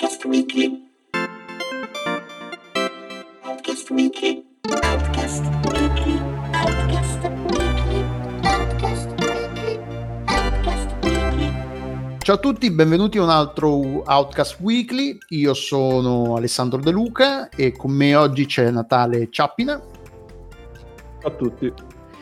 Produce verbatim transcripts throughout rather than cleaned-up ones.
Outcast Weekly. Outcast Weekly. Outcast Weekly. Outcast Weekly. Outcast Weekly. Outcast Weekly. Ciao a tutti, benvenuti a un altro Outcast Weekly. Io sono Alessandro De Luca e con me oggi c'è Natale Ciappina. Ciao a tutti.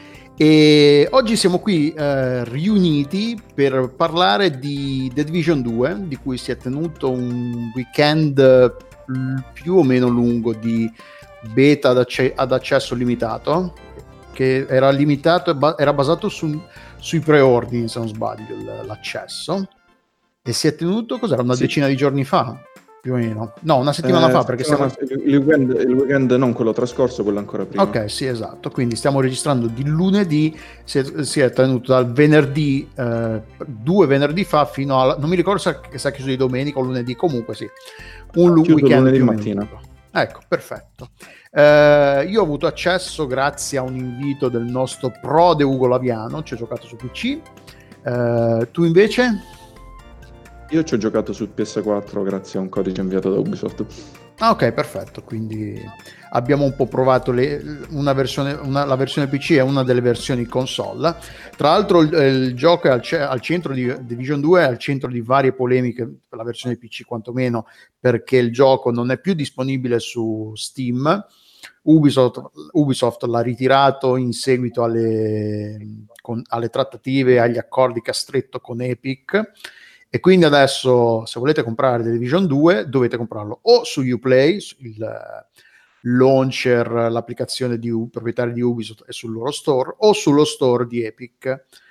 E oggi siamo qui eh, riuniti per parlare di The Division due, di cui si è tenuto un weekend eh, più o meno lungo di beta ad, acce- ad accesso limitato, che era limitato e ba- era basato su, sui preordini, se non sbaglio, l- l'accesso, e si è tenuto, cos'era, una Sì. decina di giorni fa, più o meno. No, una settimana Eh, fa, perché stiamo... settimana- il, weekend, il weekend non quello trascorso, quello ancora prima. Ok, sì, esatto. Quindi stiamo registrando di lunedì, si è, si è tenuto dal venerdì, eh, due venerdì fa fino a... non mi ricordo se è chiuso di domenica o lunedì, comunque sì. Un lu- Chiuso weekend lunedì più o meno mattina. lungo. Ecco, perfetto. Eh, io ho avuto accesso grazie a un invito del nostro prode Ugo Laviano, ci ho giocato su P C. Eh, tu invece? Io ci ho giocato su P S quattro grazie a un codice inviato da Ubisoft. Ah, ok, perfetto. Quindi abbiamo un po' provato le, una versione, una, la versione P C è una delle versioni console. Tra l'altro il, il gioco è al, al centro di Division due, è al centro di varie polemiche per la versione P C quantomeno, perché il gioco non è più disponibile su Steam. Ubisoft, Ubisoft l'ha ritirato in seguito alle, con, alle trattative e agli accordi che ha stretto con Epic. E quindi adesso, se volete comprare The Division due, dovete comprarlo o su Uplay, il launcher, l'applicazione di U, proprietaria di Ubisoft, e sul loro store, o sullo store di Epic,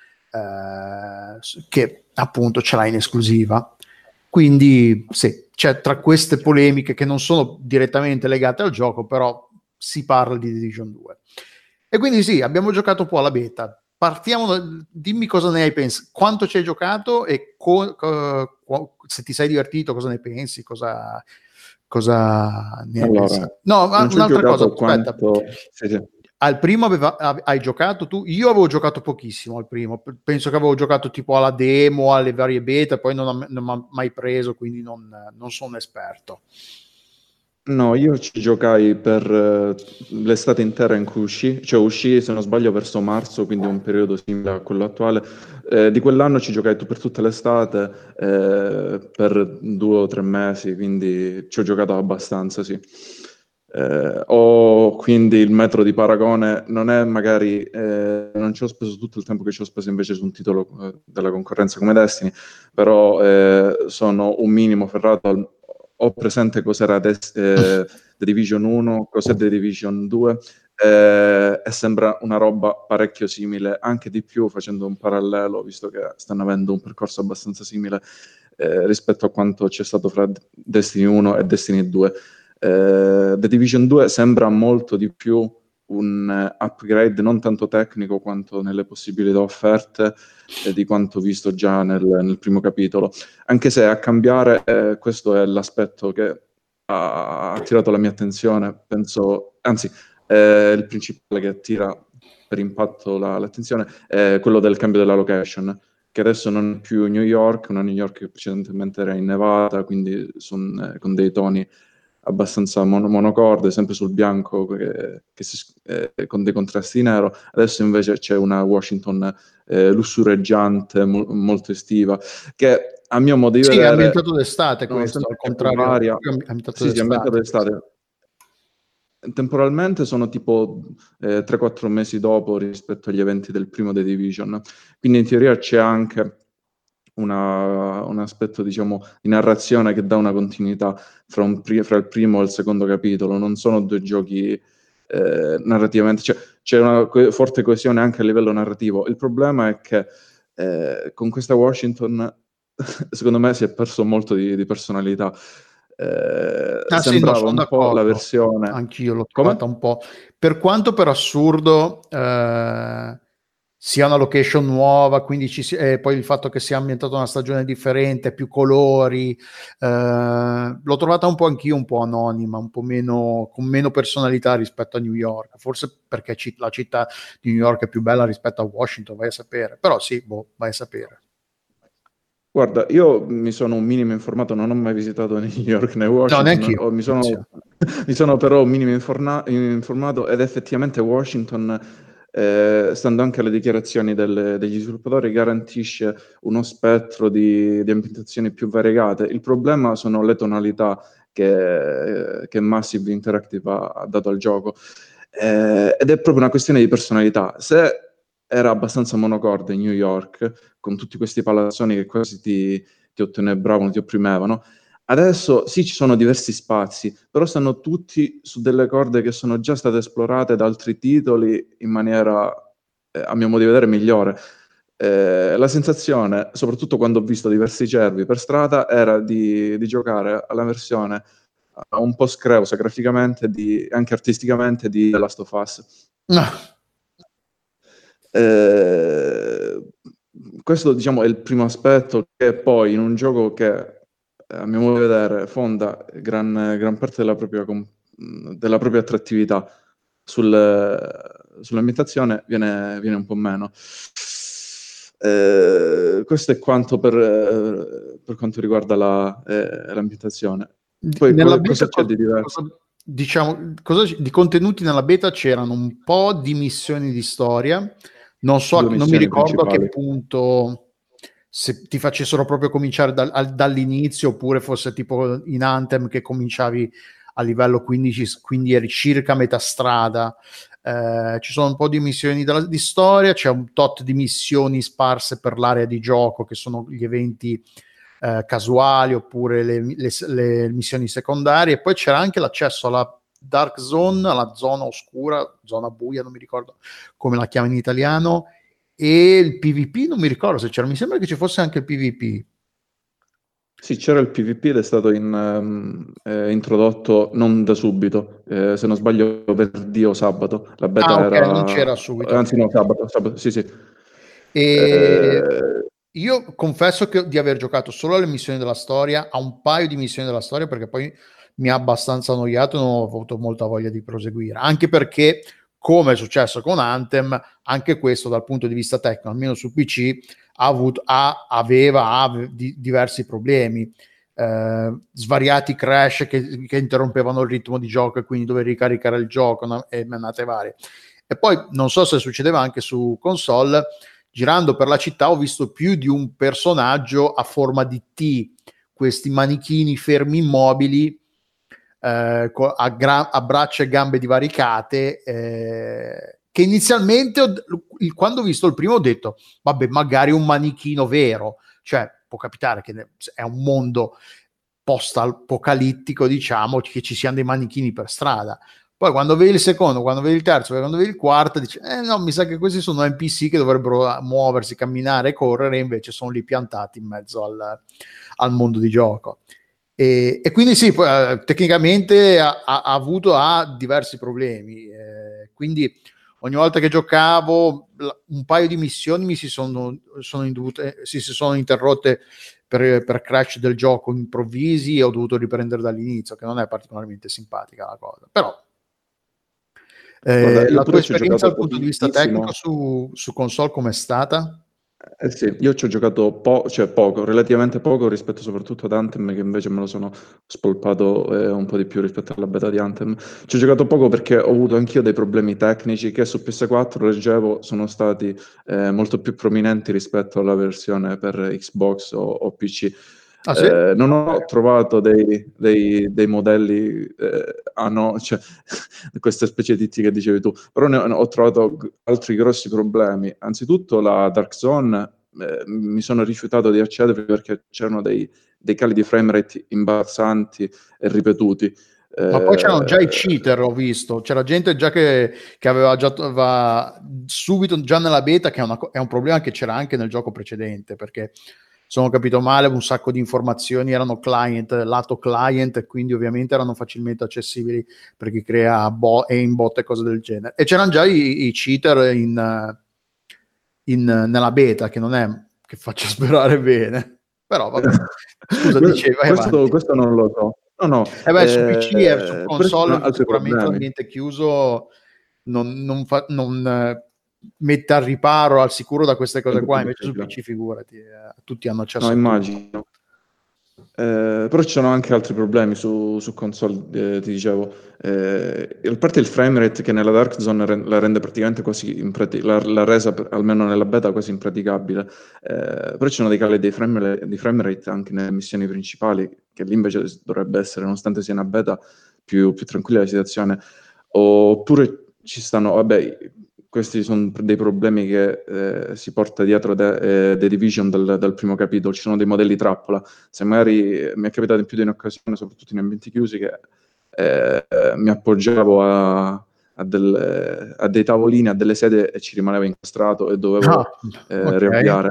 eh, che appunto ce l'ha in esclusiva. Quindi sì, c'è tra queste polemiche che non sono direttamente legate al gioco, però si parla di The Division due. E quindi sì, abbiamo giocato un po' alla beta. Partiamo, dimmi cosa ne hai pensato, quanto ci hai giocato e co- co- se ti sei divertito, cosa ne pensi, cosa, cosa ne hai Allora, pensato. No, ma non ci ho un'altra cosa, giocato aspetta. quanto... Sì, sì. Al primo aveva, hai giocato tu? Io avevo giocato pochissimo al primo, penso che avevo giocato tipo alla demo, alle varie beta, poi non mi ha mai preso, quindi non, non sono un esperto. No, io ci giocai per eh, l'estate intera in cui uscì, cioè uscì se non sbaglio verso marzo, quindi un periodo simile a quello attuale. Eh, di quell'anno ci giocai per tutta l'estate, eh, per due o tre mesi, quindi ci ho giocato abbastanza, sì. Eh, ho quindi il metro di paragone, non è magari, eh, non ci ho speso tutto il tempo che ci ho speso invece su un titolo eh, della concorrenza come Destiny, però eh, sono un minimo ferrato al ho presente cos'era Des- eh, The Division uno, cos'è The Division due, eh, e sembra una roba parecchio simile, anche di più facendo un parallelo, visto che stanno avendo un percorso abbastanza simile eh, rispetto a quanto c'è stato fra Destiny uno e Destiny due. Eh, The Division due sembra molto di più un upgrade non tanto tecnico quanto nelle possibilità offerte eh, di quanto visto già nel, nel primo capitolo, anche se a cambiare eh, questo è l'aspetto che ha attirato la mia attenzione, penso, anzi eh, il principale che attira per impatto la, l'attenzione è quello del cambio della location, che adesso non è più New York, una New York che precedentemente era in Nevada, quindi son, eh, con dei toni abbastanza mon- monocorde, sempre sul bianco, che, che si, eh, con dei contrasti di nero. Adesso invece c'è una Washington eh, lussureggiante, mo- molto estiva, che a mio modo di Sì, è vedere, ambientato d'estate questo, nonostante al sia più contrario, varia, è ambientato sì, sì, è ambientato d'estate. d'estate. Temporalmente sono tipo eh, tre quattro mesi dopo rispetto agli eventi del primo The Division, quindi in teoria c'è anche una, un aspetto, diciamo, di narrazione che dà una continuità fra, un pri- fra il primo e il secondo capitolo. Non sono due giochi eh, narrativamente, cioè, c'è una co- forte coesione anche a livello narrativo. Il problema è che eh, con questa Washington secondo me si è perso molto di, di personalità. Eh, Ah sì, no, sembrava sono un po' la d'accordo, versione... anch'io l'ho trovata Come? un po', per quanto per assurdo eh, sia una location nuova, quindi ci si- eh, poi il fatto che sia ambientata una stagione differente, più colori, eh, l'ho trovata un po' anch'io un po' anonima, un po' meno, con meno personalità rispetto a New York, forse perché ci- la città di New York è più bella rispetto a Washington, vai a sapere, però sì, boh, vai a sapere. Guarda, io mi sono un minimo informato, non ho mai visitato New York né Washington, No, neanche io. o mi sono, mi sono però un minimo inforna- informato ed effettivamente Washington, eh, stando anche alle dichiarazioni delle- degli sviluppatori, garantisce uno spettro di, di ambientazioni più variegate. Il problema sono le tonalità che, che Massive Interactive ha, ha dato al gioco. Eh, ed è proprio una questione di personalità. Se era abbastanza monocorde New York, con tutti questi palazzoni che quasi ti, ti ottenebravano, ti opprimevano, adesso sì, ci sono diversi spazi, però stanno tutti su delle corde che sono già state esplorate da altri titoli in maniera, eh, a mio modo di vedere, migliore. Eh, la sensazione, soprattutto quando ho visto diversi cervi per strada, era di, di giocare alla versione un po' screusa graficamente e anche artisticamente di The Last of Us. No. Eh, questo, diciamo, è il primo aspetto, che poi in un gioco che, a mio modo di vedere, fonda gran, gran parte della propria, della propria attrattività sul, sull'ambientazione, viene, viene un po' meno. Eh, questo è quanto per, per quanto riguarda la, eh, l'ambientazione. Poi nella cosa, beta, cosa c'è di diverso? Cosa, diciamo, cosa, di contenuti nella beta c'erano un po' di missioni di storia, non so, Due non mi missioni ricordo a che principali. punto, se ti facessero proprio cominciare dal, al, dall'inizio, oppure fosse tipo in Anthem che cominciavi a livello quindici, quindi eri circa a metà strada. Eh, ci sono un po' di missioni della, di storia, c'è un tot di missioni sparse per l'area di gioco, che sono gli eventi eh, casuali, oppure le, le, le missioni secondarie, e poi c'era anche l'accesso alla Dark Zone, alla zona oscura, zona buia, non mi ricordo come la chiama in italiano, e il PvP non mi ricordo se c'era, mi sembra che ci fosse anche il PvP. Sì, c'era il PvP ed è stato in, um, eh, introdotto non da subito, eh, se non sbaglio venerdì o sabato. La beta Ah, ok, non era... c'era subito. Anzi Okay. no, sabato, sabato, sì sì. E Eh... io confesso che di aver giocato solo alle missioni della storia, a un paio di missioni della storia, perché poi mi ha abbastanza annoiato e non ho avuto molta voglia di proseguire, anche perché, come è successo con Anthem, anche questo dal punto di vista tecnico, almeno su P C, ha avuto, ha, aveva ha di, diversi problemi, eh, svariati crash che, che interrompevano il ritmo di gioco e quindi dovevi ricaricare il gioco, no? E menate varie. E poi non so se succedeva anche su console, girando per la città ho visto più di un personaggio a forma di T, questi manichini fermi immobili, eh, a, gra- a braccia e gambe divaricate, eh, che inizialmente ho, quando ho visto il primo ho detto vabbè, magari un manichino vero, cioè può capitare che è un mondo post-apocalittico, diciamo, che ci siano dei manichini per strada. Poi quando vedi il secondo, quando vedi il terzo, quando vedi il quarto, dici eh no, mi sa che questi sono N P C che dovrebbero muoversi, camminare e correre, invece sono lì piantati in mezzo al, al mondo di gioco. E, e quindi sì, poi, eh, tecnicamente ha, ha avuto ha diversi problemi, eh, quindi ogni volta che giocavo un paio di missioni mi si sono, sono indovute, si, si sono interrotte per, per crash del gioco improvvisi e ho dovuto riprendere dall'inizio, che non è particolarmente simpatica la cosa, però eh, Guarda, io la tua pure ci ho esperienza giocato dal punto di vista tecnico pochissimo. su, su console com'è stata? Eh sì, io ci ho giocato po- cioè poco, relativamente poco rispetto soprattutto ad Anthem, che invece me lo sono spolpato eh, un po' di più rispetto alla beta di Anthem. Ci ho giocato poco perché ho avuto anch'io dei problemi tecnici che su P S quattro, leggevo, sono stati eh, molto più prominenti rispetto alla versione per Xbox o, o P C. Ah sì? Eh, non ho trovato dei, dei- dei modelli, eh, ah no, cioè, questa specie di T che dicevi tu, però ne, ne ho trovato g- altri grossi problemi. Anzitutto la Dark Zone, eh, mi sono rifiutato di accedere perché c'erano dei, dei cali di frame rate imbarazzanti e ripetuti. Ma poi c'erano già i Eh, cheater, ho visto, c'era gente già che, che aveva già aveva subito già nella beta, che è, una, è un problema che c'era anche nel gioco precedente, perché se non ho capito male un sacco di informazioni erano client, lato client, e quindi ovviamente erano facilmente accessibili per chi crea bo- aimbot e cose del genere. E c'erano già i, i cheater in, in, nella beta, che non è che faccia sperare bene, però vabbè. Scusa, dicevi, vai questo, avanti. questo non lo so. No, no, Eh beh, su P C e su eh, pure ci sono console altri sicuramente problemi. l'ambiente chiuso non, non fa, non, eh, mette al riparo, al sicuro da queste cose qua, invece su P C difficile. figurati, eh, tutti hanno accesso No, a tutto. immagino. Eh, però ci sono anche altri problemi su, su console, eh, ti dicevo. Eh, a parte il frame rate che nella Dark Zone re- la rende praticamente quasi imprati- la, la resa, per- almeno nella beta, quasi impraticabile. Eh, però ci sono dei cali di frame, di frame rate anche nelle missioni principali, che lì invece dovrebbe essere, nonostante sia una beta, più, più tranquilla la situazione. Oppure ci stanno, vabbè, questi sono dei problemi che eh, si porta dietro The, eh, The Division dal, dal primo capitolo. Ci sono dei modelli trappola. Se magari mi è capitato in più di un'occasione, soprattutto in ambienti chiusi, che eh, mi appoggiavo a, a, del, a dei tavolini, a delle sedie e ci rimaneva incastrato e dovevo Ah, eh, ok. riavviare.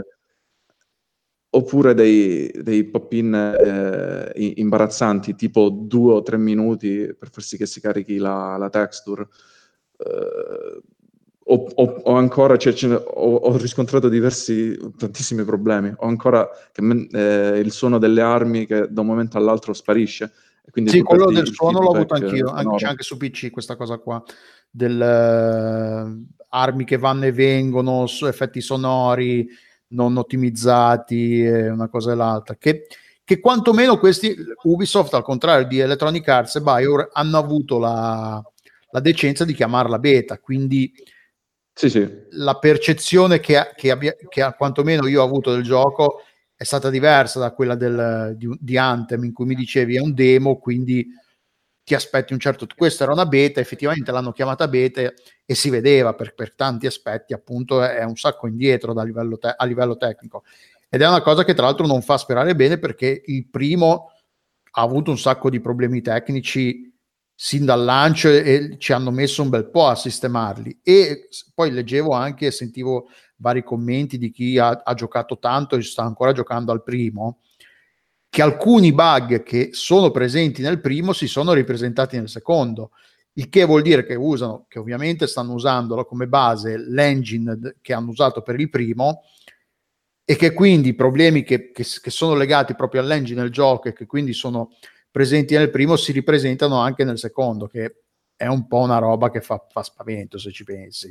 Oppure dei, dei pop-in eh, i- imbarazzanti, tipo due o tre minuti per far sì che si carichi la, la texture. Eh, o, o- o ancora, cioè, ce ne- ho, ho riscontrato diversi, tantissimi problemi. Ho ancora che men- eh, il suono delle armi che da un momento all'altro sparisce, e quindi Sì, tu quello perdi del il suono l'ho avuto feedback eh, anch'io, anche, c'è sonoro. anche su P C questa cosa qua, del eh, armi che vanno e vengono, su effetti sonori non ottimizzati, e una cosa e l'altra, che, che quantomeno questi, Ubisoft, al contrario di Electronic Arts e Bioware, hanno avuto la, la decenza di chiamarla beta, quindi Sì, sì. la percezione che, che, abbia, che quantomeno io ho avuto del gioco è stata diversa da quella del, di, di Anthem, in cui mi dicevi è un demo, quindi ti aspetti un certo... Questa era una beta, effettivamente l'hanno chiamata beta e si vedeva per, per tanti aspetti, appunto è un sacco indietro da livello te- a livello tecnico. Ed è una cosa che tra l'altro non fa sperare bene, perché il primo ha avuto un sacco di problemi tecnici sin dal lancio e ci hanno messo un bel po' a sistemarli. E poi leggevo anche, sentivo vari commenti di chi ha, ha giocato tanto e sta ancora giocando al primo, che alcuni bug che sono presenti nel primo si sono ripresentati nel secondo, il che vuol dire che usano, che ovviamente stanno usando come base l'engine che hanno usato per il primo, e che quindi i problemi che, che, che sono legati proprio all'engine del gioco e che quindi sono presenti nel primo si ripresentano anche nel secondo, che è un po' una roba che fa, fa spavento, se ci pensi.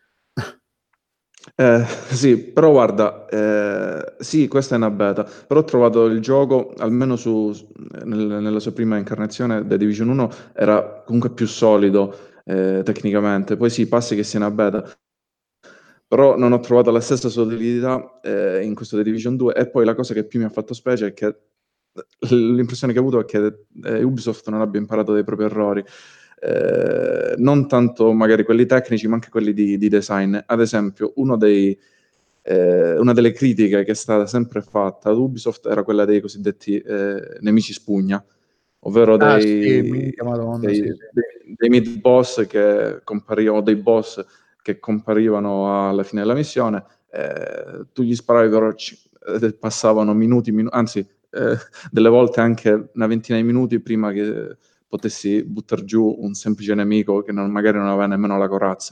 Eh, sì, però guarda, eh, sì, questa è una beta, però ho trovato il gioco, almeno su, nel- nella sua prima incarnazione, The Division uno, era comunque più solido eh, tecnicamente. Poi sì, passi che sia una beta, però non ho trovato la stessa solidità eh, in questo The Division due. E poi la cosa che più mi ha fatto specie è che l'impressione che ho avuto è che eh, Ubisoft non abbia imparato dai propri errori. Eh, non tanto magari quelli tecnici, ma anche quelli di, di design. Ad esempio, uno dei, eh, una delle critiche che è stata sempre fatta ad Ubisoft era quella dei cosiddetti eh, nemici spugna, ovvero Ah sì, dei, minchia madonna, dei, sì, sì. dei, dei mid boss che comparivano, dei boss che comparivano alla fine della missione. Eh, tu gli sparavi, però ci, eh, passavano minuti, minu- anzi, eh, delle volte anche una ventina di minuti prima che potessi buttare giù un semplice nemico che non, magari non aveva nemmeno la corazza.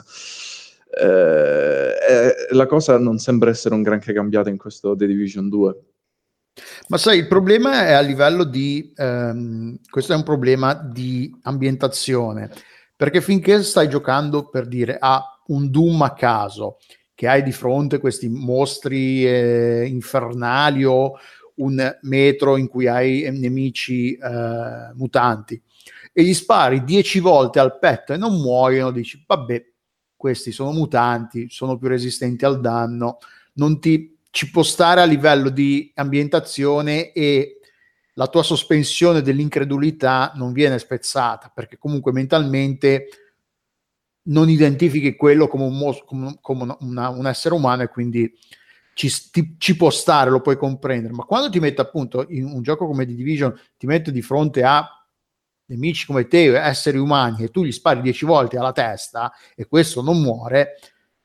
Eh, la cosa non sembra essere un granché cambiata in questo The Division due. Ma sai, il problema è a livello di, ehm, questo è un problema di ambientazione, perché finché stai giocando, per dire, a un Doom a caso, che hai di fronte questi mostri eh, infernali o un metro in cui hai nemici eh, mutanti, e gli spari dieci volte al petto e non muoiono, dici, vabbè, questi sono mutanti, sono più resistenti al danno, non ti ci può stare a livello di ambientazione, e la tua sospensione dell'incredulità non viene spezzata, perché comunque mentalmente non identifichi quello come un, mos- come, come una, un essere umano, e quindi ci, ti, ci può stare, lo puoi comprendere. Ma quando ti mette appunto in un gioco come The Division, ti mette di fronte a nemici come te, esseri umani, e tu gli spari dieci volte alla testa e questo non muore,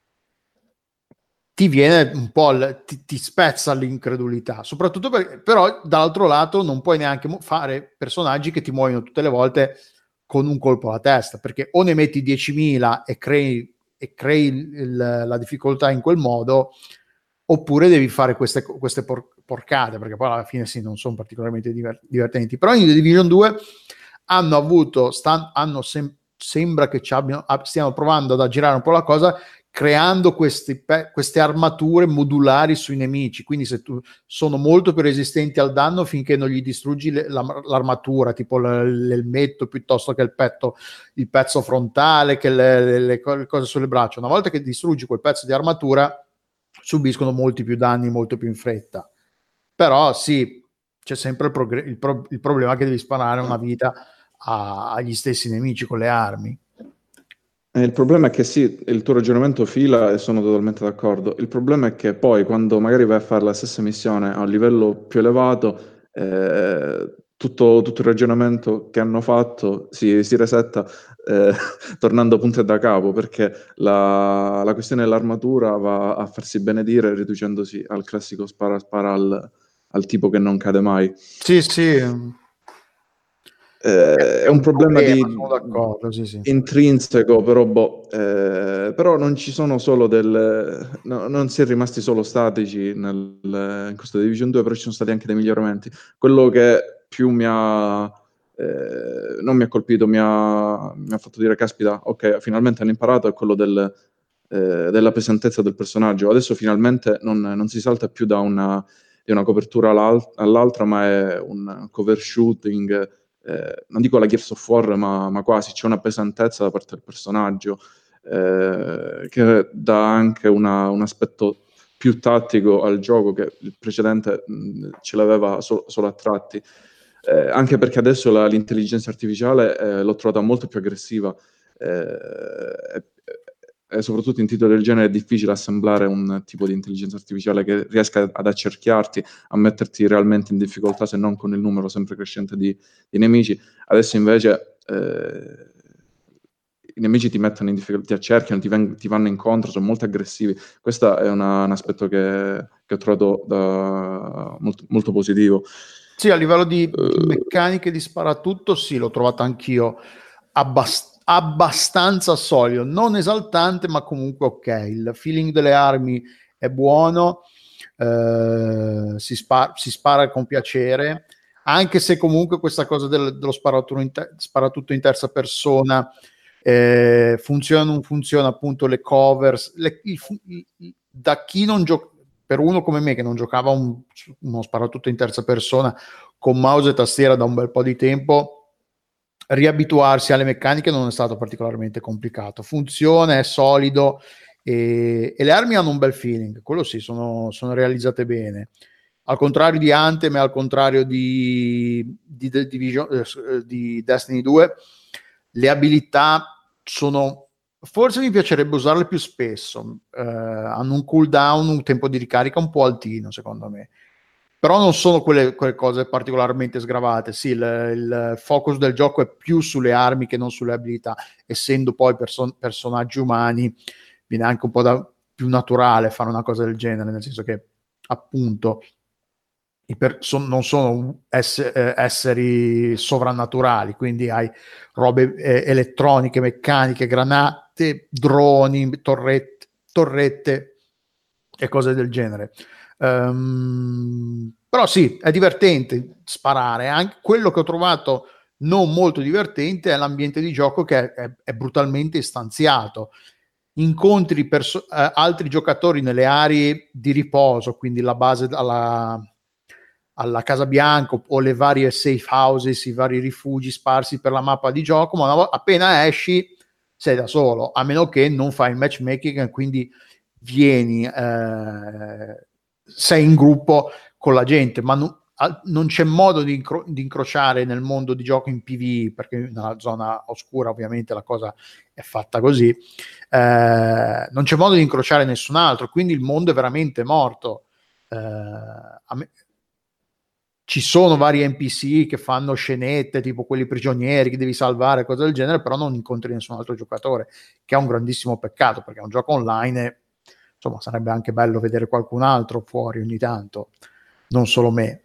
ti viene un po', il, ti, ti spezza l'incredulità, soprattutto perché, però dall'altro lato non puoi neanche fare personaggi che ti muoiono tutte le volte con un colpo alla testa, perché o ne metti diecimila e crei, e crei il, la difficoltà in quel modo, oppure devi fare queste, queste por, porcate, perché poi alla fine sì, non sono particolarmente diver, divertenti. Però in The Division due hanno avuto, stan, hanno sem- sembra che ci abbiano, stiano provando ad aggirare un po' la cosa, creando questi pe- queste armature modulari sui nemici, quindi se tu sono molto più resistenti al danno finché non gli distruggi le- la- l'armatura, tipo l- l'elmetto piuttosto che il petto, il pezzo frontale, che le, le- le co- le cose sulle braccia. Una volta che distruggi quel pezzo di armatura subiscono molti più danni molto più in fretta. Però sì, c'è sempre il, progr- il pro- il problema che devi sparare una vita a- agli stessi nemici con le armi. Eh, il problema è che sì, il tuo ragionamento fila e sono totalmente d'accordo. Il problema è che poi quando magari vai a fare la stessa missione a un livello più elevato, eh, tutto, tutto il ragionamento che hanno fatto si, si resetta eh, tornando punto e da capo, perché la, la questione dell'armatura va a farsi benedire riducendosi al classico spara spara al, al tipo che non cade mai. Sì, sì, è Eh, è un un problema problema, di, sono d'accordo, sì, sì. intrinseco, però, boh, eh, però non ci sono solo del, no, non si è rimasti solo statici nel, in questo Division due, però ci sono stati anche dei miglioramenti. Quello che più mi ha, eh, non mi ha colpito, mi ha, mi ha fatto dire, caspita, ok, finalmente hanno imparato, è quello del, eh, della pesantezza del personaggio. Adesso finalmente non, non si salta più da una, di una copertura all'al- all'altra, ma è un cover shooting. Eh, non dico la Gears of War, ma, ma quasi, c'è una pesantezza da parte del personaggio eh, che dà anche una, un aspetto più tattico al gioco, che il precedente mh, ce l'aveva so- solo a tratti. Eh, anche perché adesso la- l'intelligenza artificiale eh, l'ho trovata molto più aggressiva eh, e, e soprattutto in titoli del genere è difficile assemblare un tipo di intelligenza artificiale che riesca ad accerchiarti, a metterti realmente in difficoltà, se non con il numero sempre crescente di, di nemici. Adesso invece eh, i nemici ti mettono in difficoltà, ti accerchiano, ti, veng- ti vanno incontro, sono molto aggressivi. Questo è una- un aspetto che, che ho trovato da- molto, molto positivo. Sì, a livello di, di Eh, meccaniche di sparatutto, sì, l'ho trovato anch'io abbast- abbastanza solido, non esaltante, ma comunque ok. Il feeling delle armi è buono, eh, si, spa- si spara con piacere, anche se comunque questa cosa del- dello sparatutto in, te- sparatutto in terza persona eh, funziona o non funziona, appunto le covers, le- il fu- il- il- da chi non gioca, per uno come me che non giocava un, uno sparatutto in terza persona con mouse e tastiera da un bel po' di tempo, riabituarsi alle meccaniche non è stato particolarmente complicato. Funziona, è solido e, e le armi hanno un bel feeling, quello sì, sono, sono realizzate bene. Al contrario di Anthem e al contrario di, di, di, Division, eh, di Destiny due, le abilità sono... Forse mi piacerebbe usarle più spesso, eh, hanno un cooldown, un tempo di ricarica un po' altino, secondo me. Però non sono quelle, quelle cose particolarmente sgravate. Sì, il, il focus del gioco è più sulle armi che non sulle abilità, essendo poi person- personaggi umani, viene anche un po' da, più naturale fare una cosa del genere, nel senso che appunto i per- son- non sono ess- eh, esseri sovrannaturali, quindi hai robe eh, elettroniche, meccaniche, granate, droni, torrette, torrette e cose del genere. Um, però sì, è divertente sparare. Anche quello che ho trovato non molto divertente è l'ambiente di gioco che è, è, è brutalmente istanziato. Incontri perso- eh, altri giocatori nelle aree di riposo, quindi la base alla, alla Casa Bianca o le varie safe houses, i vari rifugi sparsi per la mappa di gioco, ma vo- appena esci sei da solo, a meno che non fai il matchmaking e quindi vieni, eh, sei in gruppo con la gente, ma non, a, non c'è modo di, incro- di incrociare nel mondo di gioco in P V E, perché nella zona oscura ovviamente la cosa è fatta così, eh, non c'è modo di incrociare nessun altro, quindi il mondo è veramente morto. Eh, a me, ci sono vari N P C che fanno scenette tipo quelli prigionieri che devi salvare, cose del genere, però non incontri nessun altro giocatore, che è un grandissimo peccato perché è un gioco online e insomma sarebbe anche bello vedere qualcun altro fuori ogni tanto, non solo me.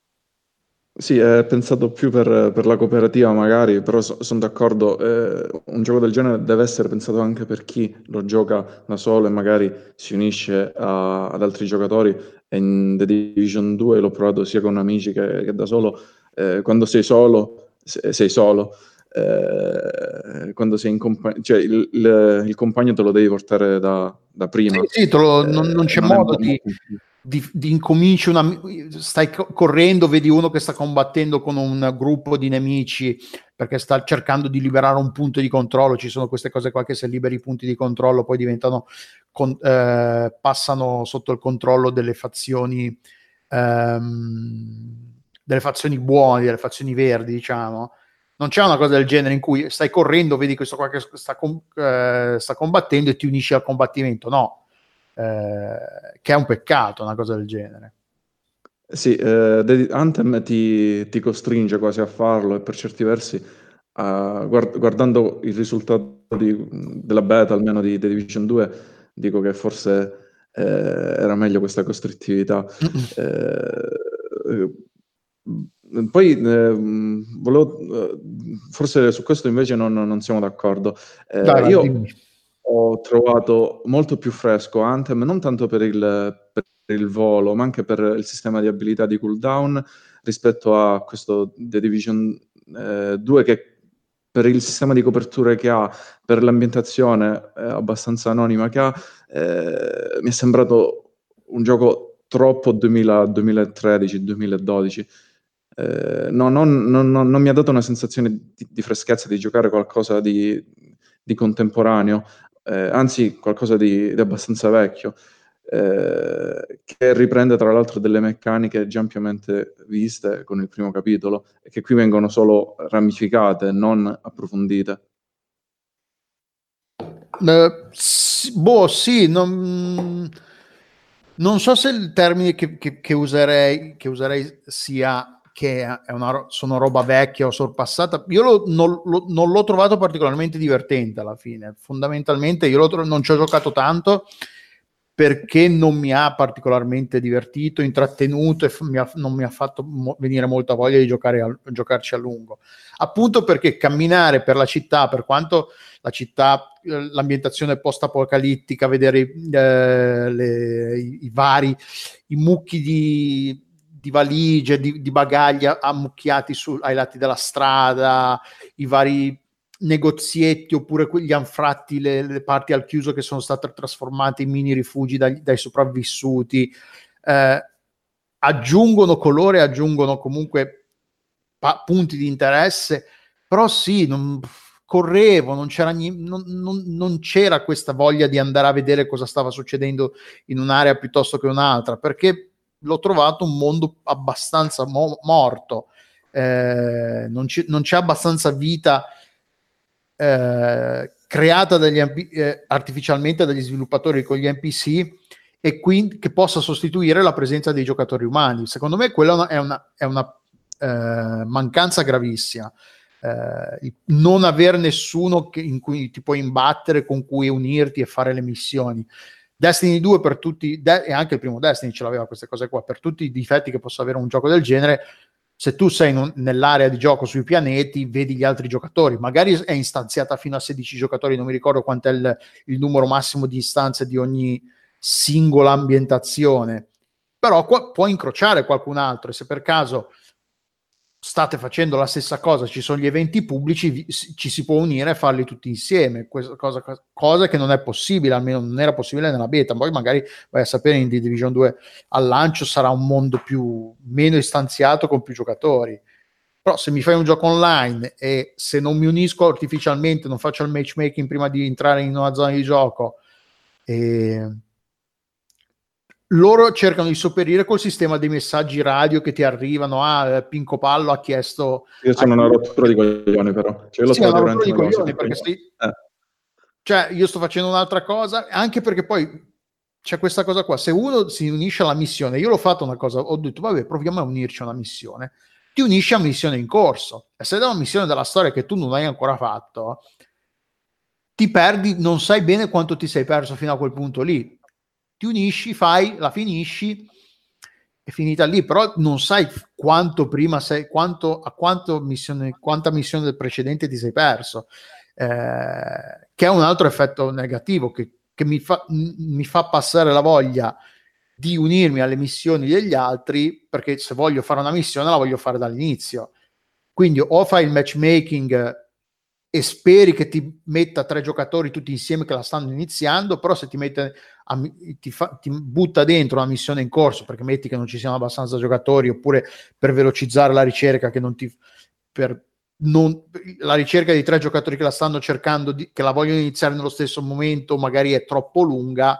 Sì, è pensato più per, per la cooperativa magari, però so- sono d'accordo, eh, un gioco del genere deve essere pensato anche per chi lo gioca da solo e magari si unisce a- ad altri giocatori. E in The Division due l'ho provato sia con amici che, che da solo. Eh, quando sei solo, se- sei solo. eh, quando sei in compagnia, cioè il, il, il compagno te lo devi portare da, da prima. Sì, sì, te lo, non, non c'è non è modo di, molto- di, di incominci una, stai co- correndo, vedi uno che sta combattendo con un gruppo di nemici perché sta cercando di liberare un punto di controllo. Ci sono queste cose qua che se liberi i punti di controllo poi diventano con, eh, passano sotto il controllo delle fazioni ehm, delle fazioni buone, delle fazioni verdi, diciamo. Non c'è una cosa del genere in cui stai correndo, vedi questo qua che sta, com- eh, sta combattendo e ti unisci al combattimento, no, eh, che è un peccato una cosa del genere. Sì, eh, Anthem ti, ti costringe quasi a farlo e per certi versi, uh, guard- guardando il risultato di- della beta, almeno di The Division due, dico che forse eh, era meglio questa costrittività. Eh, poi eh, volevo, eh, forse su questo invece non, non siamo d'accordo. Eh, Dai, vai, io dimmi. ho trovato molto più fresco Anthem, non tanto per il, per il volo, ma anche per il sistema di abilità di cooldown rispetto a questo The Division eh, due, che per il sistema di coperture che ha, per l'ambientazione eh, abbastanza anonima che ha, eh, mi è sembrato un gioco troppo duemila, duemilatredici duemiladodici. Eh, no, non, non- non- non mi ha dato una sensazione di, di freschezza, di giocare qualcosa di, di contemporaneo, eh, anzi qualcosa di, di abbastanza vecchio, eh, che riprende tra l'altro delle meccaniche già ampiamente viste con il primo capitolo e che qui vengono solo ramificate, non approfondite. Eh, sì, boh, sì, non, non so se il termine che, che- che userei, che userei sia che è una, ro- sono roba vecchia o sorpassata. Io lo- non, lo- non l'ho trovato particolarmente divertente alla fine. Fondamentalmente io lo tro- non ci ho giocato tanto perché non mi ha particolarmente divertito, intrattenuto e f- mi ha- non mi ha fatto mo- venire molta voglia di giocare a, giocarci a lungo. Appunto perché camminare per la città, per quanto la città, eh, l'ambientazione post-apocalittica, vedere eh, le, i, i vari i mucchi di, di valigie, di, di bagagli ammucchiati su, ai lati della strada, i vari negozietti oppure quegli anfratti, le, le parti al chiuso che sono state trasformate in mini rifugi dai, dai sopravvissuti, eh, aggiungono colore, aggiungono comunque pa- punti di interesse, però sì, non, correvo, non c'era, ni- non, non- non c'era questa voglia di andare a vedere cosa stava succedendo in un'area piuttosto che un'altra, perché l'ho trovato un mondo abbastanza mo- morto, eh, non, c- non c'è abbastanza vita eh, creata dagli M P, eh, artificialmente dagli sviluppatori con gli N P C e quindi che possa sostituire la presenza dei giocatori umani. Secondo me quella è una, è una eh, mancanza gravissima. Eh, non aver nessuno che, in cui ti puoi imbattere, con cui unirti e fare le missioni. Destiny due per tutti, de- e anche il primo Destiny ce l'aveva queste cose qua, per tutti i difetti che possa avere un gioco del genere, se tu sei un, nell'area di gioco sui pianeti, vedi gli altri giocatori, magari è istanziata fino a sedici giocatori, non mi ricordo quanto è il, il numero massimo di istanze di ogni singola ambientazione, però qua, può incrociare qualcun altro, e se per caso state facendo la stessa cosa, ci sono gli eventi pubblici, vi, ci si può unire e farli tutti insieme, questa cosa, cosa che non è possibile, almeno non era possibile nella beta. Poi magari vai a sapere in The Division due al lancio sarà un mondo più meno istanziato con più giocatori, però se mi fai un gioco online e se non mi unisco artificialmente, non faccio il matchmaking prima di entrare in una zona di gioco, e loro cercano di sopperire col sistema dei messaggi radio che ti arrivano. Ah, Pinco Pallo ha chiesto, Io sono una rottura di coglioni, però. Cioè, io l'ho sì, è una trovato rottura veramente di una cosa. coglioni, perché sei, Eh. cioè io sto facendo un'altra cosa, anche perché poi c'è questa cosa qua, se uno si unisce alla missione, io l'ho fatto una cosa, ho detto vabbè, proviamo a unirci a una missione, ti unisci a missione in corso, e se è una missione della storia che tu non hai ancora fatto, ti perdi, non sai bene quanto ti sei perso fino a quel punto lì. Ti unisci, fai, la finisci, è finita lì, però non sai quanto prima sei, quanto, a quanto missione, quanta missione del precedente ti sei perso, eh, che è un altro effetto negativo che, che mi, fa, m- mi fa passare la voglia di unirmi alle missioni degli altri, perché se voglio fare una missione la voglio fare dall'inizio. Quindi o fai il matchmaking e speri che ti metta tre giocatori tutti insieme che la stanno iniziando, però se ti mette a, ti, fa, ti butta dentro una missione in corso, perché metti che non ci siano abbastanza giocatori, oppure per velocizzare la ricerca, che non ti per non, la ricerca di tre giocatori che la stanno cercando, di, che la vogliono iniziare nello stesso momento, magari è troppo lunga.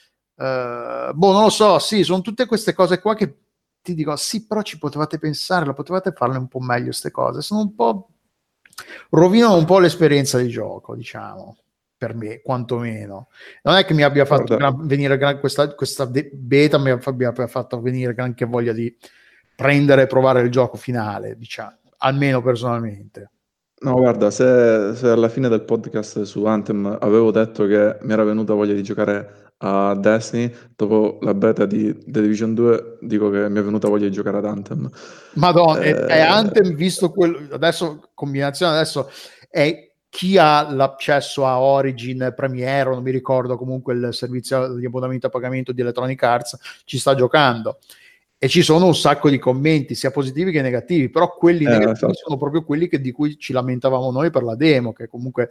Uh, boh, non lo so, sì, sono tutte queste cose qua che ti dico, sì, però ci potevate pensare, la potevate farle un po' meglio queste cose, sono un po', rovinano un po' l'esperienza di gioco, diciamo, per me, quantomeno. Non è che mi abbia fatto gran, venire gran, questa, questa beta mi abbia fatto venire granché voglia di prendere e provare il gioco finale, diciamo, almeno personalmente. No, guarda, se, se alla fine del podcast su Anthem avevo detto che mi era venuta voglia di giocare a Destiny, dopo la beta di The Division due dico che mi è venuta voglia di giocare ad Anthem. Madonna, eh... è Anthem, visto quello adesso, combinazione adesso è chi ha l'accesso a Origin, Premiere, non mi ricordo, comunque il servizio di abbonamento a pagamento di Electronic Arts, ci sta giocando e ci sono un sacco di commenti sia positivi che negativi, però quelli eh, negativi esatto. sono proprio quelli che, di cui ci lamentavamo noi per la demo, che comunque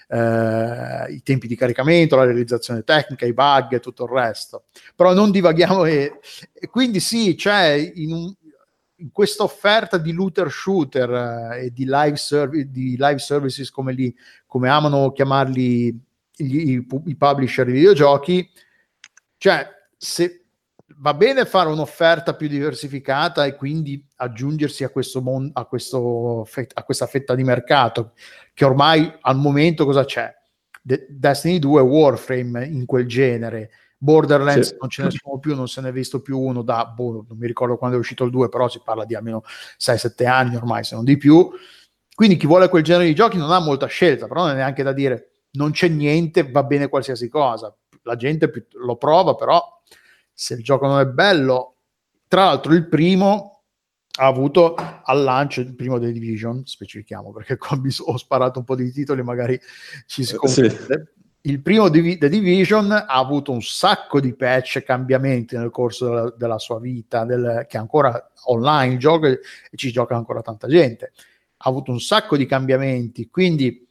eh, i tempi di caricamento, la realizzazione tecnica, i bug e tutto il resto. Però non divaghiamo e, e quindi sì, c'è in, un, in questa offerta di looter shooter eh, e di live, serv- di live services come, li, come amano chiamarli gli, i, i publisher di videogiochi, cioè se va bene fare un'offerta più diversificata e quindi aggiungersi a questo mon- a, questo fe- a questa fetta di mercato che ormai al momento cosa c'è? De- Destiny due, Warframe in quel genere, Borderlands sì. non ce ne sono più, non se ne è visto più uno da, boh, non mi ricordo quando è uscito il due, però si parla di almeno sei sette anni ormai, se non di più, quindi chi vuole quel genere di giochi non ha molta scelta, però non è neanche da dire non c'è niente, va bene qualsiasi cosa, la gente lo prova, però se il gioco non è bello, tra l'altro il primo ha avuto al lancio, il primo The Division, specifichiamo perché qua mi so, ho sparato un po' di titoli, magari ci si confonde. Sì. Il primo The Division ha avuto un sacco di patch e cambiamenti nel corso della, della sua vita, del, che è ancora online il gioco e ci gioca ancora tanta gente. Ha avuto un sacco di cambiamenti, quindi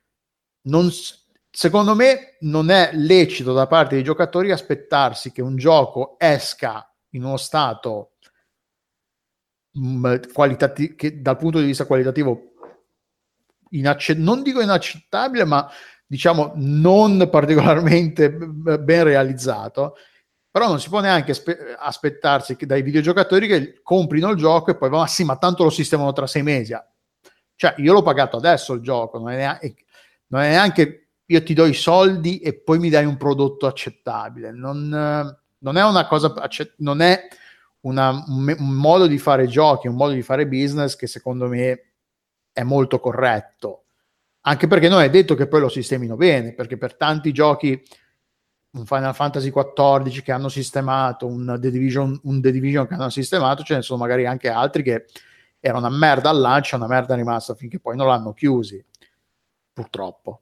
non secondo me non è lecito da parte dei giocatori aspettarsi che un gioco esca in uno stato mh, qualitativo, che dal punto di vista qualitativo inacce- non dico inaccettabile, ma diciamo non particolarmente ben realizzato, però non si può neanche aspe- aspettarsi che dai videogiocatori che comprino il gioco e poi ma sì, ma tanto lo sistemano tra sei mesi. Cioè io l'ho pagato adesso il gioco, non è neanche, non è neanche io ti do i soldi e poi mi dai un prodotto accettabile. Non, non è una cosa, non è una, un, un modo di fare giochi, un modo di fare business che secondo me è molto corretto. Anche perché non è detto che poi lo sistemino bene, perché per tanti giochi, un Final Fantasy quattordici che hanno sistemato, un The Division, un The Division che hanno sistemato, ce ne sono magari anche altri che era una merda al lancio, una merda rimasta finché poi non l'hanno chiusi, purtroppo.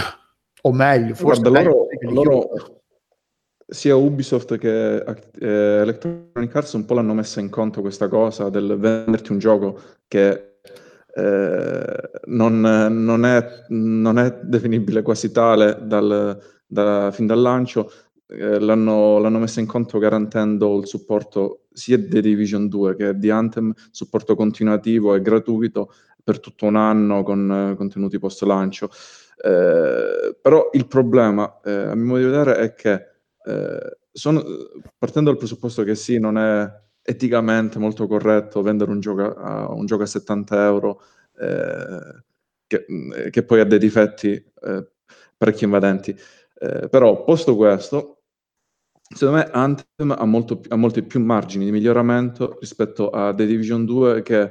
O meglio, forse guarda, meglio loro, loro sia Ubisoft che eh, Electronic Arts un po' l'hanno messa in conto questa cosa del venderti un gioco che eh, non, non, è, non è definibile quasi tale dal, da, fin dal lancio. Eh, l'hanno, l'hanno messa in conto garantendo il supporto sia di Division due che di Anthem, supporto continuativo e gratuito per tutto un anno con eh, contenuti post lancio. Eh, però il problema, eh, a mio modo di vedere, è che eh, sono, partendo dal presupposto che sì, non è eticamente molto corretto vendere un gioco a, un gioco a settanta euro eh, che, che poi ha dei difetti eh, parecchio invadenti. Eh, però, posto questo, secondo me Anthem ha, molto, ha molti più margini di miglioramento rispetto a The Division due che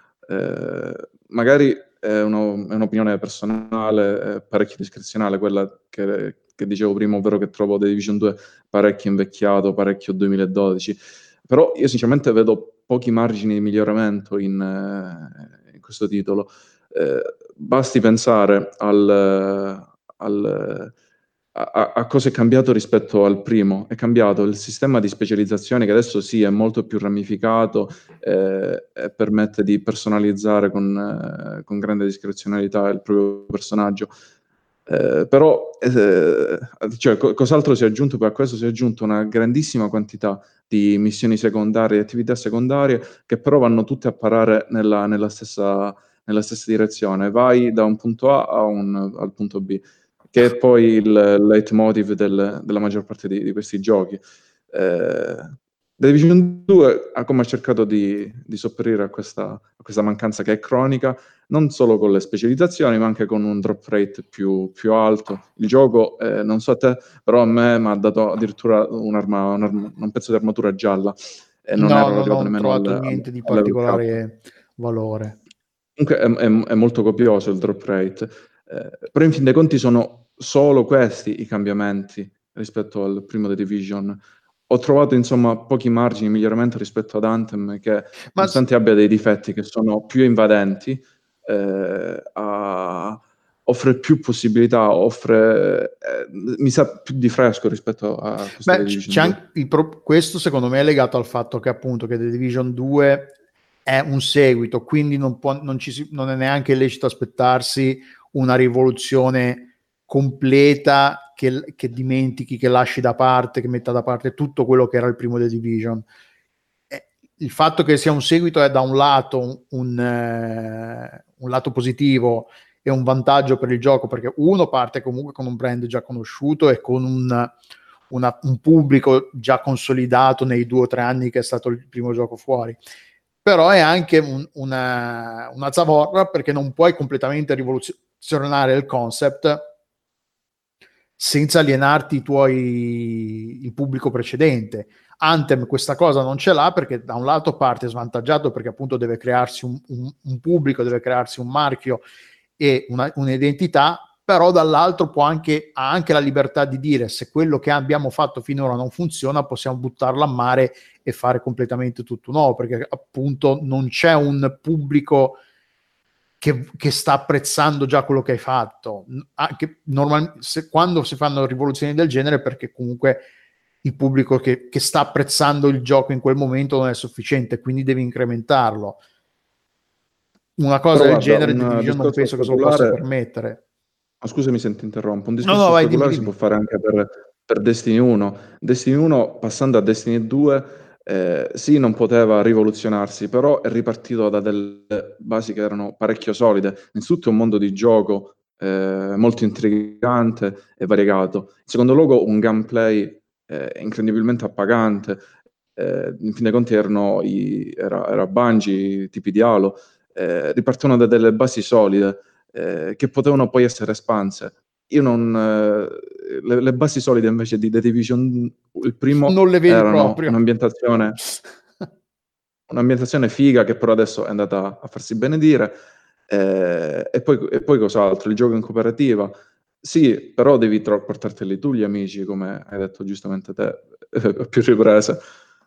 eh, magari è, uno, è un'opinione personale, è parecchio discrezionale, quella che, che dicevo prima, ovvero che trovo The Division due parecchio invecchiato, parecchio duemiladodici, però io sinceramente vedo pochi margini di miglioramento in, eh, in questo titolo. Eh, basti pensare al, al, a, a cosa è cambiato rispetto al primo. È cambiato il sistema di specializzazione, che adesso sì è molto più ramificato eh, e permette di personalizzare con, eh, con grande discrezionalità il proprio personaggio. Eh, però eh, cioè, co- cos'altro si è aggiunto? Per questo si è aggiunto una grandissima quantità di missioni secondarie, attività secondarie, che però vanno tutte a parare nella, nella stessa, nella stessa direzione. Vai da un punto A a un, al punto B, che è poi il leitmotiv del, della maggior parte di, di questi giochi. Eh, The Division due ha come ha cercato di, di sopperire a questa, a questa mancanza che è cronica, non solo con le specializzazioni, ma anche con un drop rate più, più alto. Il gioco, eh, non so a te, però a me mi ha dato addirittura un'arma, un'arma, un pezzo di armatura gialla e non No, ero non arrivato ho nemmeno al, trovato al, niente di al level cap. particolare valore. Comunque è, è- è molto copioso il drop rate, eh, però in fin dei conti sono solo questi i cambiamenti rispetto al primo The Division. Ho trovato insomma pochi margini di miglioramento rispetto ad Anthem, che Ma nonostante abbia dei difetti che sono più invadenti, eh, ha- offre più possibilità, offre, eh, mi sa più di fresco rispetto a questo The beh, c- Division c'è due. anche il pro- questo secondo me è legato al fatto che appunto che The Division due è un seguito, quindi non, può, non, ci si, non è neanche lecito aspettarsi una rivoluzione completa che, che dimentichi, che lasci da parte, che metta da parte tutto quello che era il primo The Division. Eh, il fatto che sia un seguito è da un lato un, un, eh, un lato positivo e un vantaggio per il gioco, perché uno parte comunque con un brand già conosciuto e con un, una, un pubblico già consolidato nei due o tre anni che è stato il primo gioco fuori, però è anche un, una, una zavorra, perché non puoi completamente rivoluzionare il concept senza alienarti i tuoi, il pubblico precedente. Anthem questa cosa non ce l'ha, perché da un lato parte svantaggiato, perché appunto deve crearsi un, un, un pubblico, deve crearsi un marchio e una, un'identità, però dall'altro può anche, ha anche la libertà di dire: se quello che abbiamo fatto finora non funziona, possiamo buttarlo a mare e fare completamente tutto nuovo, perché appunto non c'è un pubblico che, che sta apprezzando già quello che hai fatto. Anche normal, se, quando si fanno rivoluzioni del genere, perché comunque il pubblico che, che sta apprezzando il gioco in quel momento non è sufficiente, quindi devi incrementarlo. Una cosa Però del guarda, genere The un Division non discorso penso che se lo possa speculare. permettere. Ah, scusami se ti interrompo, un No, no, discorso vai, dimmi, speculare si può dimmi. fare anche per, per Destiny uno. Destiny uno, passando a Destiny due, eh, sì, non poteva rivoluzionarsi, però è ripartito da delle basi che erano parecchio solide. Innanzitutto è un mondo di gioco eh, molto intrigante e variegato. In secondo luogo, un gameplay eh, incredibilmente appagante. Eh, in fin dei conti erano i, era, era Bungie, tipi di Halo, eh, ripartivano da delle basi solide eh, che potevano poi essere espanse. Io non... eh, le, le basi solide invece di The Division, il primo, Non le vedi erano proprio. un'ambientazione, un'ambientazione figa che però adesso è andata a farsi benedire. Eh, e, poi, e poi cos'altro? Il gioco in cooperativa. Sì, però devi tro- portarteli tu gli amici, come hai detto giustamente te, a più riprese.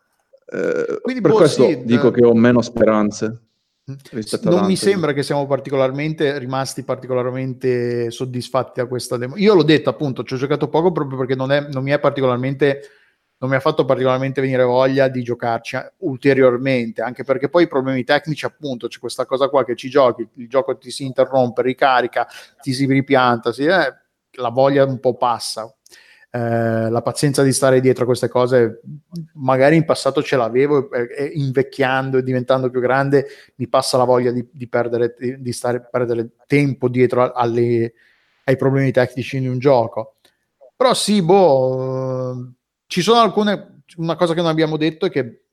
Eh, Quindi, per boh, questo sì, dico d- che ho meno speranze rispetto ad non mi Anthem. sembra che siamo particolarmente rimasti particolarmente soddisfatti da questa demo. Io l'ho detto, appunto, ci ho giocato poco proprio perché non, è, non mi è particolarmente, non mi ha fatto particolarmente venire voglia di giocarci ulteriormente, anche perché poi i problemi tecnici, appunto, c'è questa cosa qua che ci giochi, il gioco ti si interrompe, ricarica, ti si ripianta, sì, eh, la voglia un po' passa. Eh, la pazienza di stare dietro a queste cose magari in passato ce l'avevo, e, e invecchiando e diventando più grande mi passa la voglia di, di perdere di stare perdere tempo dietro alle, ai problemi tecnici in un gioco. Però sì, boh, ci sono alcune, una cosa che non abbiamo detto è che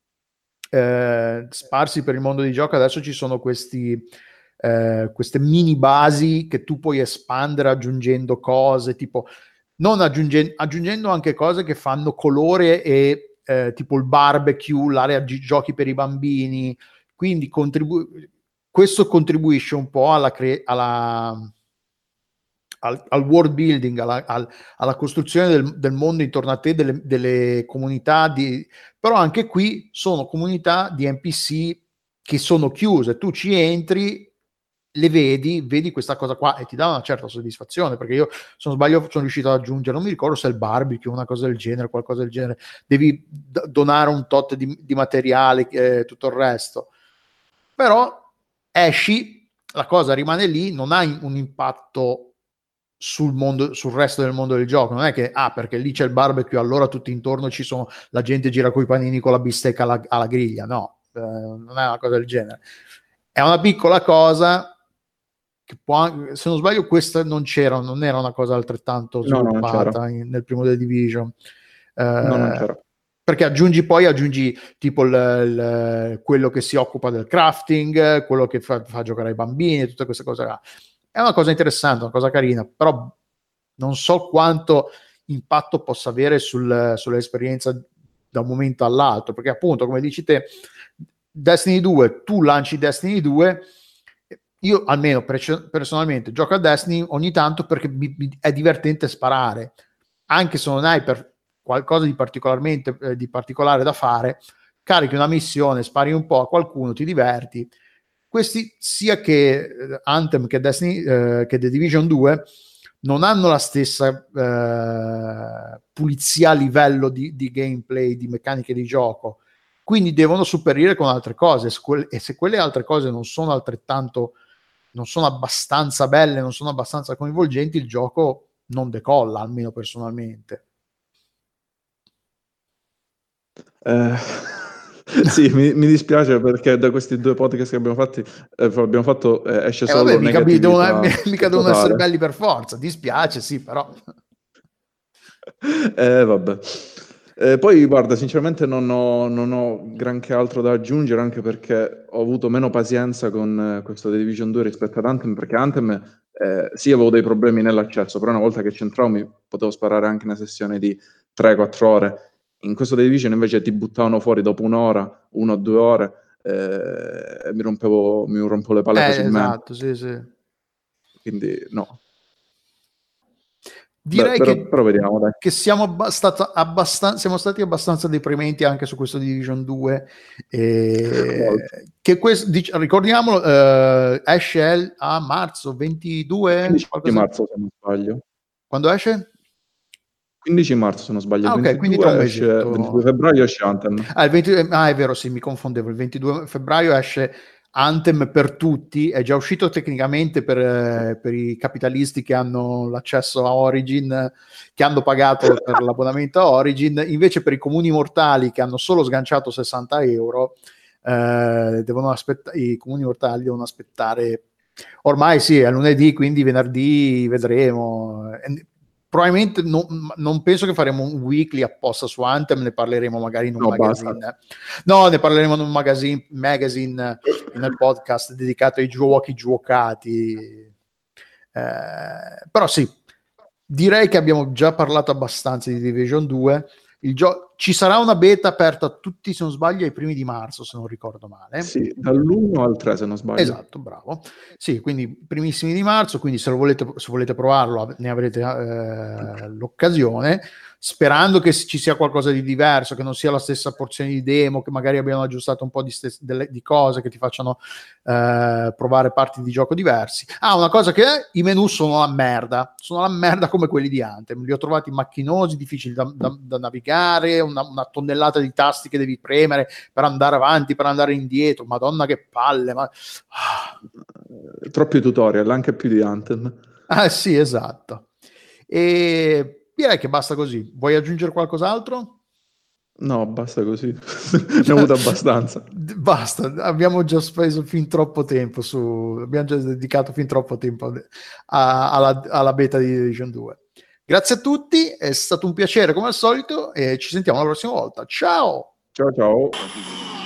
eh, sparsi per il mondo di gioco adesso ci sono questi eh, queste mini basi che tu puoi espandere aggiungendo cose, tipo non aggiungendo, aggiungendo anche cose che fanno colore e eh, tipo il barbecue, l'area gi- giochi per i bambini, quindi contribu- questo contribuisce un po' alla, cre- alla al, al world building, alla, al, alla costruzione del, del mondo intorno a te, delle, delle comunità, di, però anche qui sono comunità di N P C che sono chiuse, tu ci entri le vedi, vedi questa cosa qua e ti dà una certa soddisfazione, perché io, se non sbaglio, sono riuscito ad aggiungere, non mi ricordo se è il barbecue, una cosa del genere, qualcosa del genere, devi d- donare un tot di, di materiale e eh, tutto il resto, però esci, la cosa rimane lì, non ha un impatto sul mondo, sul resto del mondo del gioco, non è che ah perché lì c'è il barbecue allora tutti intorno ci sono, la gente gira coi panini con la bistecca alla, alla griglia, no, eh, non è una cosa del genere, è una piccola cosa che può, se non sbaglio questa non c'era, non era una cosa altrettanto No, no, non sviluppata c'era. in, nel primo The Division, eh, No, non c'era. perché aggiungi poi aggiungi tipo il, il, quello che si occupa del crafting, quello che fa, fa giocare ai bambini, tutte queste cose là. È una cosa interessante, una cosa carina, però non so quanto impatto possa avere sul, sull'esperienza da un momento all'altro, perché appunto, come dici te, Destiny due, tu lanci Destiny due, io almeno pre- personalmente gioco a Destiny ogni tanto perché mi, mi, è divertente sparare, anche se non hai per qualcosa di particolarmente eh, di particolare da fare, carichi una missione, spari un po' a qualcuno, ti diverti. Questi sia che eh, Anthem che Destiny eh, che The Division due non hanno la stessa eh, pulizia a livello di, di gameplay, di meccaniche di gioco, quindi devono superire con altre cose, e se quelle altre cose non sono altrettanto, non sono abbastanza belle, non sono abbastanza coinvolgenti, il gioco non decolla, almeno personalmente. Eh, sì, mi, mi dispiace perché da questi due podcast che abbiamo, fatti, eh, abbiamo fatto eh, esce eh, solo vabbè, mica, negatività devono, mica devono essere totale. belli per forza, dispiace, sì, però... Eh, vabbè. Eh, poi guarda, sinceramente non ho, non ho granché altro da aggiungere, anche perché ho avuto meno pazienza con eh, questo The Division due rispetto ad Anthem, perché Anthem eh, sì, avevo dei problemi nell'accesso, però una volta che c'entravo mi potevo sparare anche una sessione di tre quattro ore. In questo The Division invece ti buttavano fuori dopo un'ora, una o due ore, eh, e mi rompevo, mi rompevo le palle Eh, facilmente. esatto, sì, sì. Quindi no. Direi Beh, però, che, però vediamo, dai. che siamo, abbast- abbastanza, siamo stati abbastanza deprimenti anche su questo Division due. Eh, che questo, dic- ricordiamolo, eh, esce a marzo ventidue? quindici Qualcosa... marzo, se non sbaglio. Quando esce? quindici marzo, se non sbaglio. Ah, Il ok, quindi tra un ventidue esce, ventidue mesetto. febbraio esce Anthem. Ah, il venti ah, è vero, sì, mi confondevo. Il ventidue febbraio esce Anthem per tutti, è già uscito tecnicamente per, eh, per i capitalisti che hanno l'accesso a Origin, che hanno pagato per l'abbonamento a Origin, invece per i comuni mortali che hanno solo sganciato sessanta euro, eh, devono aspettare, i comuni mortali devono aspettare, ormai sì, è lunedì, quindi venerdì vedremo. Probabilmente non, non penso che faremo un weekly apposta su Anthem, ne parleremo magari in un No, magazine. basta. No, ne parleremo in un magazine, magazine nel podcast dedicato ai giochi giocati. Eh, però sì, direi che abbiamo già parlato abbastanza di Division due. Il gio- ci sarà una beta aperta a tutti, se non sbaglio, ai primi di marzo, se non ricordo male. Sì, dall'uno al tre, se non sbaglio. Esatto, bravo. Sì, quindi primissimi di marzo, quindi se lo volete, se volete provarlo ne avrete eh, l'occasione, sperando che ci sia qualcosa di diverso, che non sia la stessa porzione di demo, che magari abbiano aggiustato un po' di, stes- delle, di cose che ti facciano eh, provare parti di gioco diversi. Ah, una cosa che è, i menu sono la merda, sono la merda come quelli di Anthem, li ho trovati macchinosi, difficili da, da, da navigare, una, una tonnellata di tasti che devi premere per andare avanti, per andare indietro, madonna che palle, ma... Troppi tutorial, anche più di Anthem. Ah sì, esatto. E direi che basta così. Vuoi aggiungere qualcos'altro? No, basta così. Ne ho avuto abbastanza. Basta, abbiamo già speso fin troppo tempo su... abbiamo già dedicato fin troppo tempo a, alla, alla beta di Division due. Grazie a tutti, è stato un piacere come al solito e ci sentiamo la prossima volta. Ciao! Ciao ciao.